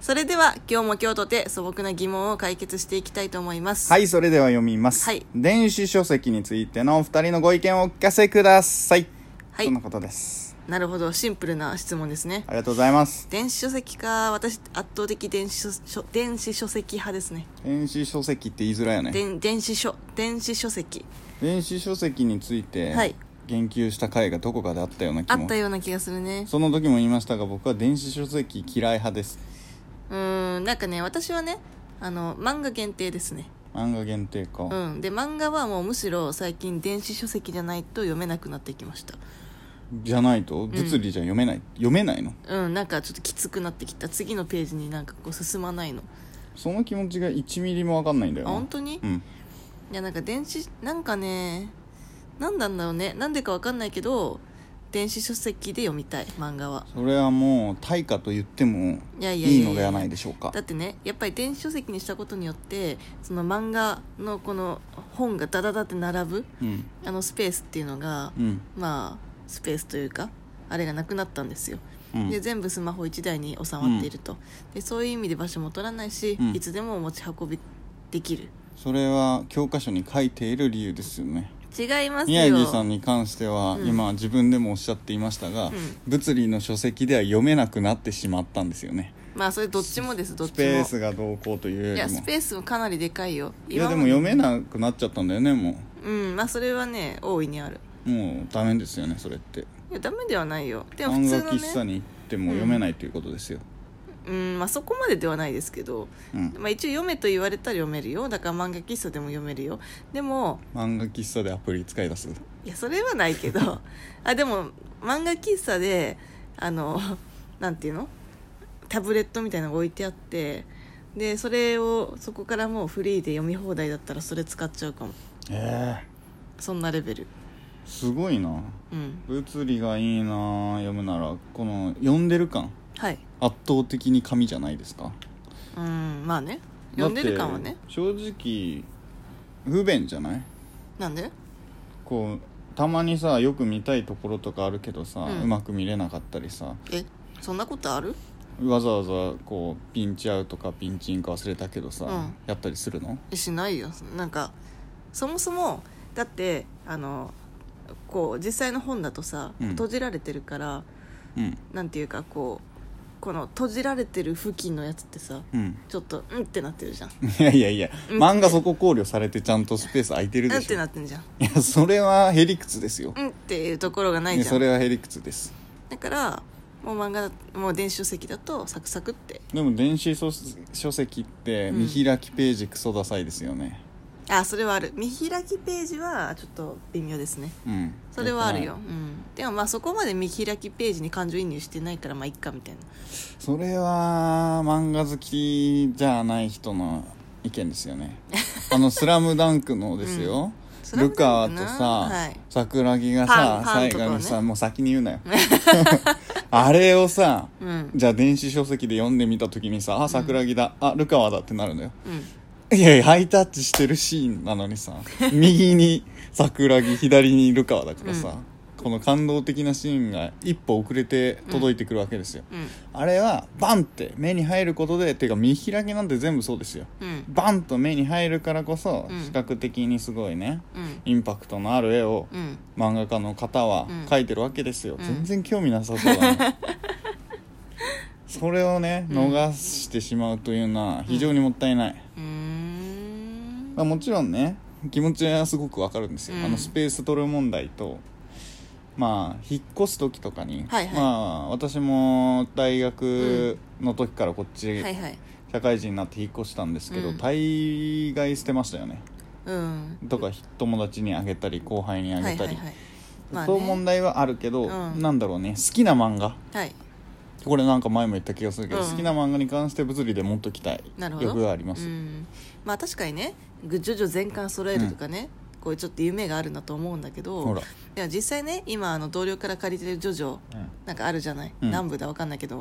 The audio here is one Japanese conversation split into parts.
それでは今日も今日とて素朴な疑問を解決していきたいと思います。 はい、それでは読みます。 はい、 電子書籍についてのお二人のご意見をお聞かせください。 はい、 そんなことです。 なるほど、シンプルな質問ですね。 ありがとうございます。 電子書籍か。私圧倒的電子書籍派ですね。 電子書籍って言いづらいよね。 電子書籍。 電子書籍について、 はい、 言及した回がどこかであったような気も。 あったような気がするね。 その時も言いましたが、僕は電子書籍嫌い派です。 なんかね、私はね、漫画限定ですね。 漫画限定か。 で漫画はもうむしろ最近電子書籍じゃないと読めなくなってきました。 じゃないと物理じゃ読めない、読めないの？ なんかちょっときつくなってきた。次のページになんかこう進まないの。 その気持ちが1ミリも分かんないんだよな。 本当に？ うん。 いやなんかなんかね、なんなんだろうね、なんでか分かんないけど電子書籍で読みたい漫画は。 それはもう対価と言ってもいいのではないでしょうか。 だってね、やっぱり電子書籍にしたことによってその漫画のこの本がダダダって並ぶ、スペースっていうのが、まあスペースというかあれがなくなったんですよ。で全部スマホ1台に収まっていると、でそういう意味で場所も取らないし、いつでも持ち運びできる。 それは教科書に書いている理由ですよね。 違いますよ。 宮城さんに関しては、今自分でもおっしゃっていましたが、物理の書籍では読めなくなってしまったんですよね。 まあそれどっちもです。どっちもスペースがどうこうというよりも。 いやスペースもかなりでかいよ。 いやでも読めなくなっちゃったんだよね、もう。まあそれはね大いにある。 もうダメですよね、それって。 いやダメではないよ。でも普通のね、 漫画喫茶に行っても読めないということですよ。 まあそこまでではないですけど、まあ一応読めと言われたら読めるよ。だから漫画喫茶でも読めるよ。でも漫画喫茶でアプリ使い出す？ いやそれはないけどでも漫画喫茶でなんていうの、タブレットみたいなのが置いてあって、でそこからもうフリーで読み放題だったらそれ使っちゃうかも。そんなレベル。 すごいな。物理がいいな。読むならこの読んでる感、 はい、 圧倒的に紙じゃないですか。 まあね、読んでる感はね。 正直不便じゃない？ なんで？ こうたまにさ、よく見たいところとかあるけどさ、うまく見れなかったりさ。 そんなことある？ わざわざこうピンチアウトかピンチインか忘れたけどさ、やったりするの？ しないよ。なんかそもそもだってこう実際の本だとさ、閉じられてるから、なんていうかこの閉じられてる付近のやつってさ、ちょっとってなってるじゃん。 いや、漫画そこ考慮されてちゃんとスペース空いてるでしょ。 ってなってんじゃん。 いやそれはへりくつですよ。 っていうところがないじゃん。 それはへりくつです。 だからもう電子書籍だとサクサクって。 でも電子書籍って見開きページクソダサいですよね。 それはある。見開きページはちょっと微妙ですね。それはあるよ。でもまあそこまで見開きページに感情移入してないからまあいっかみたいな。 それは漫画好きじゃない人の意見ですよね。スラムダンクのですよ、ルカとさ、桜木がさ、最後にさ、もう先に言うなよあれをさ、じゃあ電子書籍で読んでみた時にさ、桜木だ、ルカワだってなるのよ。いやハイタッチしてるシーンなのにさ右に桜木左にルカワだからさ、この感動的なシーンが一歩遅れて届いてくるわけですよ。あれはバンって目に入ることで、てか見開きなんて全部そうですよ、バンと目に入るからこそ、視覚的にすごいね、インパクトのある絵を、漫画家の方は描いてるわけですよ。全然興味なさそうだねそれをね逃してしまうというのは非常にもったいない。もちろんね気持ちはすごくわかるんですよ、スペース取る問題と、まあ引っ越す時とかに、まあ私も大学の時からこっち、社会人になって引っ越したんですけど、大概捨てましたよね、とか友達にあげたり後輩にあげたり、そういう問題はあるけど、なんだろうね、好きな漫画、これなんか前も言った気がするけど、好きな漫画に関して物理で持っときたい欲があります。 まあ確かにね、ジョジョ全巻揃えるとかね、こういうちょっと夢があるなと思うんだけど、でも実際ね今同僚から借りてるジョジョ、なんかあるじゃない、南部では分かんないけど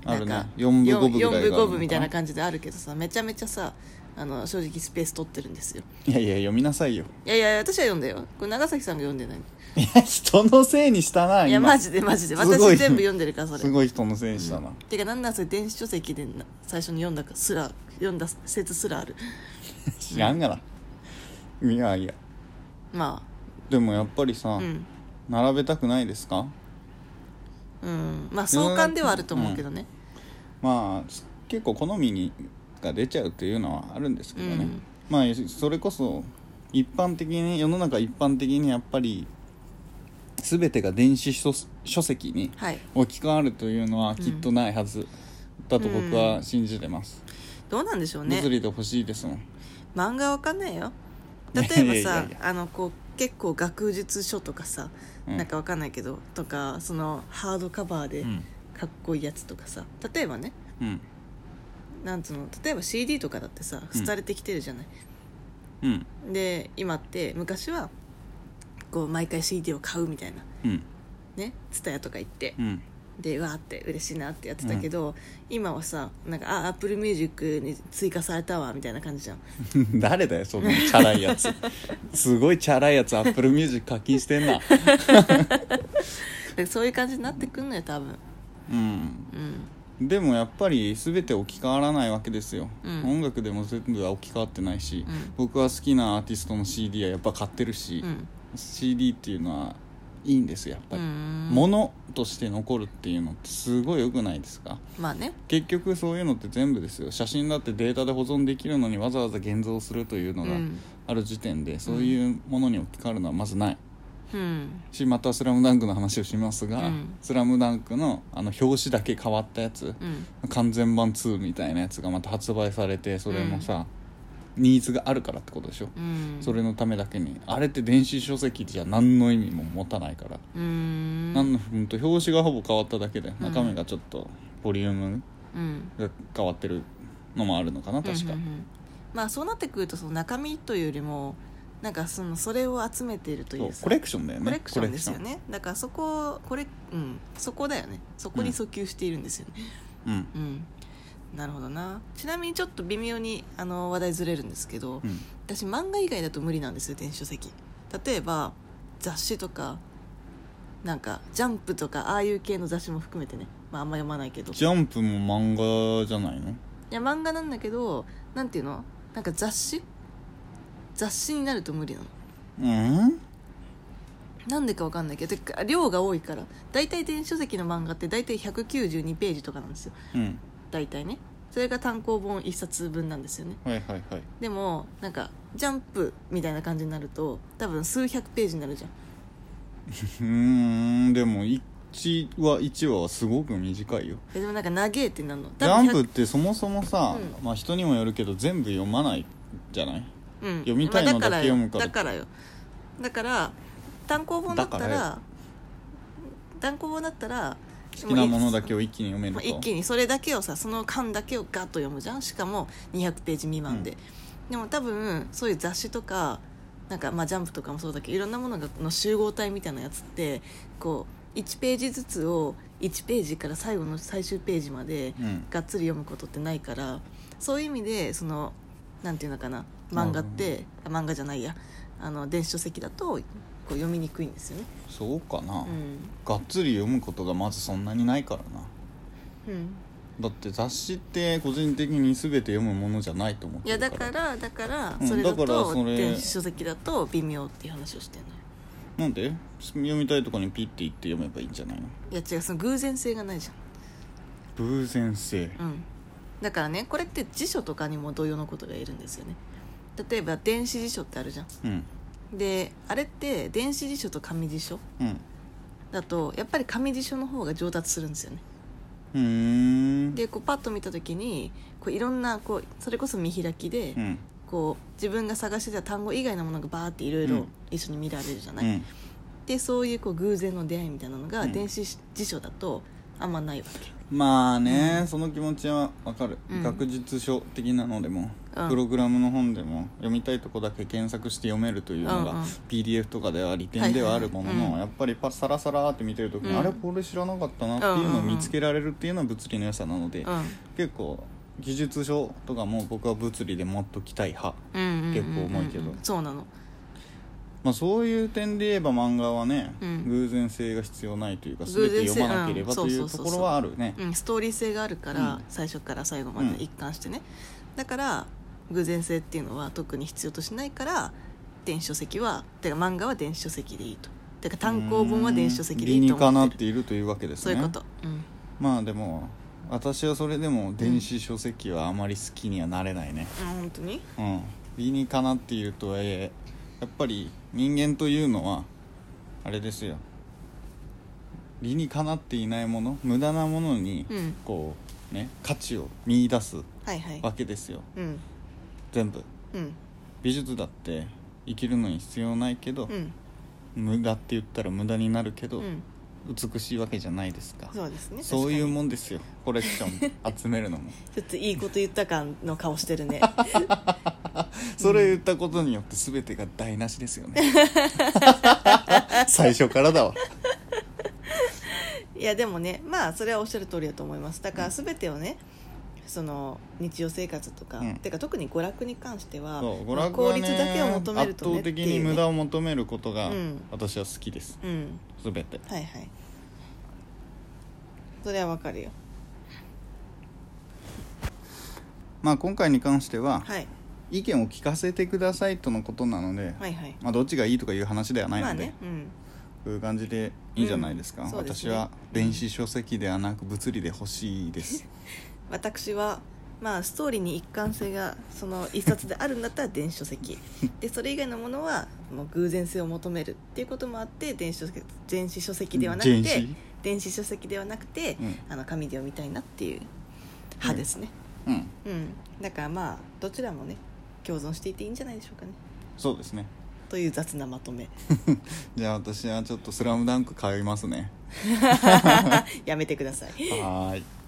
あるね。4部5部ぐらいがあるのかな。 4部5部みたいな感じであるけどさ、めちゃめちゃさ正直スペース取ってるんですよ。 いやいや読みなさいよ。 いやいや私は読んだよ。これ長崎さんが読んでない。 いや人のせいにしたな。 いやマジで私全部読んでるからそれ。 すごい人のせいにしたな。 てかなんならそれ電子書籍で最初に読んだ説すらある。 知らんがな。いやいや。 まあでもやっぱりさ、並べたくないですか？ まあ相関ではあると思うけどね。 まあ結構好みが出ちゃうっていうのはあるんですけどね。まあそれこそ世の中一般的にやっぱり全てが電子書籍に置き換わるというのはきっとないはずだと僕は信じてます。 どうなんでしょうね。 物理で欲しいですもん。 漫画わかんないよ。例えばさこう結構学術書とかさ、なんかわかんないけどとかそのハードカバーでかっこいいやつとかさ、例えばね、なんつうの、例えば CD とかだってさ廃れてきてるじゃない。で今って昔はこう毎回 CD を買うみたいな、ね、TSUTAYAとか行って、でわーって嬉しいなってやってたけど、今はさなんかApple Music に追加されたわみたいな感じじゃん。 誰だよそんなチャラいやつ。すごいチャラいやつ Apple Music 課金してんな。 そういう感じになってくんのよ多分。 でもやっぱり全て置き換わらないわけですよ。音楽でも全部は置き換わってないし、僕は好きなアーティストの CD はやっぱ買ってるし、CD っていうのはいいんですよやっぱり。物として残るっていうのってすごい良くないですか？ まあね。 結局そういうのって全部ですよ。写真だってデータで保存できるのにわざわざ現像するというのがある時点で、そういうものに置き換わるのはまずない、またスラムダンクの話をしますが、スラムダンクの表紙だけ変わったやつ、完全版2みたいなやつがまた発売されて、それもさ、ニーズがあるからってことでしょ、それのためだけに。あれって電子書籍じゃ何の意味も持たないから。表紙がほぼ変わっただけで、中身がちょっとボリュームが変わってるのもあるのかな、確か。 まあそうなってくるとその中身というよりもなんかそれを集めているというコレクションだよね。 コレクションですよね。だからそこだよね。そこに訴求しているんですよね。なるほどな。ちなみにちょっと微妙に話題ずれるんですけど、私漫画以外だと無理なんですよ電子書籍。例えば雑誌とかなんかジャンプとかああいう系の雑誌も含めてね、まああんま読まないけど。 ジャンプも漫画じゃないの？いや漫画なんだけど、なんていうの、なんか雑誌になると無理なの。なんでかわかんないけど、量が多いから。だいたい電子書籍の漫画ってだいたい192ページとかなんですよ。だいたいね。それが単行本1冊分なんですよね。でもなんかジャンプみたいな感じになると多分数百ページになるじゃん。 でも1話はすごく短いよ。 でもなんか長えってなるの。 ジャンプってそもそもさ、まあ人にもよるけど全部読まないじゃない？読みたいのだけ読むから。 だから単行本だったら好きなものだけを一気に読めると、 一気にそれだけをさ、その巻だけをガッと読むじゃん。しかも200ページ未満で、でも多分そういう雑誌とかなんかまあジャンプとかもそうだけど、いろんなものの集合体みたいなやつってこう1ページずつを1ページから最後の最終ページまでがっつり読むことってないから、そういう意味でそのなんていうのかな、漫画って漫画じゃないや電子書籍だとこう読みにくいんですよね。 そうかな、がっつり読むことがまずそんなにないからな。だって雑誌って個人的に全て読むものじゃないと思ってるから。 いやだからそれだと電子書籍だと微妙っていう話をしてるのよ。 なんで読みたいところにピッて行って読めばいいんじゃないの？ いや違う、その偶然性がないじゃん。偶然性、 だからね、これって辞書とかにも同様のことが言えるんですよね。例えば電子辞書ってあるじゃん、であれって電子辞書と紙辞書、だとやっぱり紙辞書の方が上達するんですよね。でこうパッと見た時にこういろんなこうそれこそ見開きで、こう自分が探してた単語以外のものがバーっていろいろ一緒に見られるじゃない、でそういう、こう偶然の出会いみたいなのが電子辞書だとあんまないわけ。 まあね、その気持ちはわかる、学術書的なのでも、プログラムの本でも読みたいとこだけ検索して読めるというのが、PDF とかでは利点ではあるものの、やっぱりサラサラって見てるときに、あれこれ知らなかったなっていうのを見つけられるっていうのは物理の良さなので、結構技術書とかも僕は物理で持っときたい派、結構重いけど、 そうなの。 まあ、そういう点で言えば漫画はね、偶然性が必要ないというか、全て読まなければというところはあるね。 ストーリー性があるから、最初から最後まで一貫してね、だから偶然性っていうのは特に必要としないから、電子書籍はてか漫画は電子書籍でいいと、てか単行本は電子書籍でいいと思ってる。 理にかなっているというわけですね。 そういうこと、 まあでも私はそれでも電子書籍はあまり好きにはなれないね。 本当に？ 理にかなっているとはいえ、やっぱり人間というのはあれですよ、理にかなっていないもの、無駄なものにこうね、価値を見出すわけですよ、全部、美術だって生きるのに必要ないけど、無駄って言ったら無駄になるけど、美しいわけじゃないですか。 そうですね。 そういうもんですよ、コレクション集めるのもちょっといいこと言った感の顔してるねそれ言ったことによって全てが台無しですよね最初からだわ。 いやでもね、まあそれはおっしゃる通りだと思います。だから全てをね、その日常生活とか、てか特に娯楽に関しては、 娯楽効率だけを求めるとね圧倒的に無駄を求めることが私は好きです、全て。 はいはい、それはわかるよ。 まあ今回に関しては、意見を聞かせてくださいとのことなので、まあ、どっちがいいとかいう話ではないので、こういう感じでいいんじゃないですか、私は電子書籍ではなく物理で欲しいです私はまあストーリーに一貫性がその一冊であるんだったら電子書籍で、それ以外のものはもう偶然性を求めるっていうこともあって、電子書籍ではなくて紙で読みたいなっていう派ですね。だからまあどちらもね共存していていいんじゃないでしょうかね。 そうですね、 という雑なまとめじゃあ私はちょっとスラムダンク買いますねやめてください。 はい。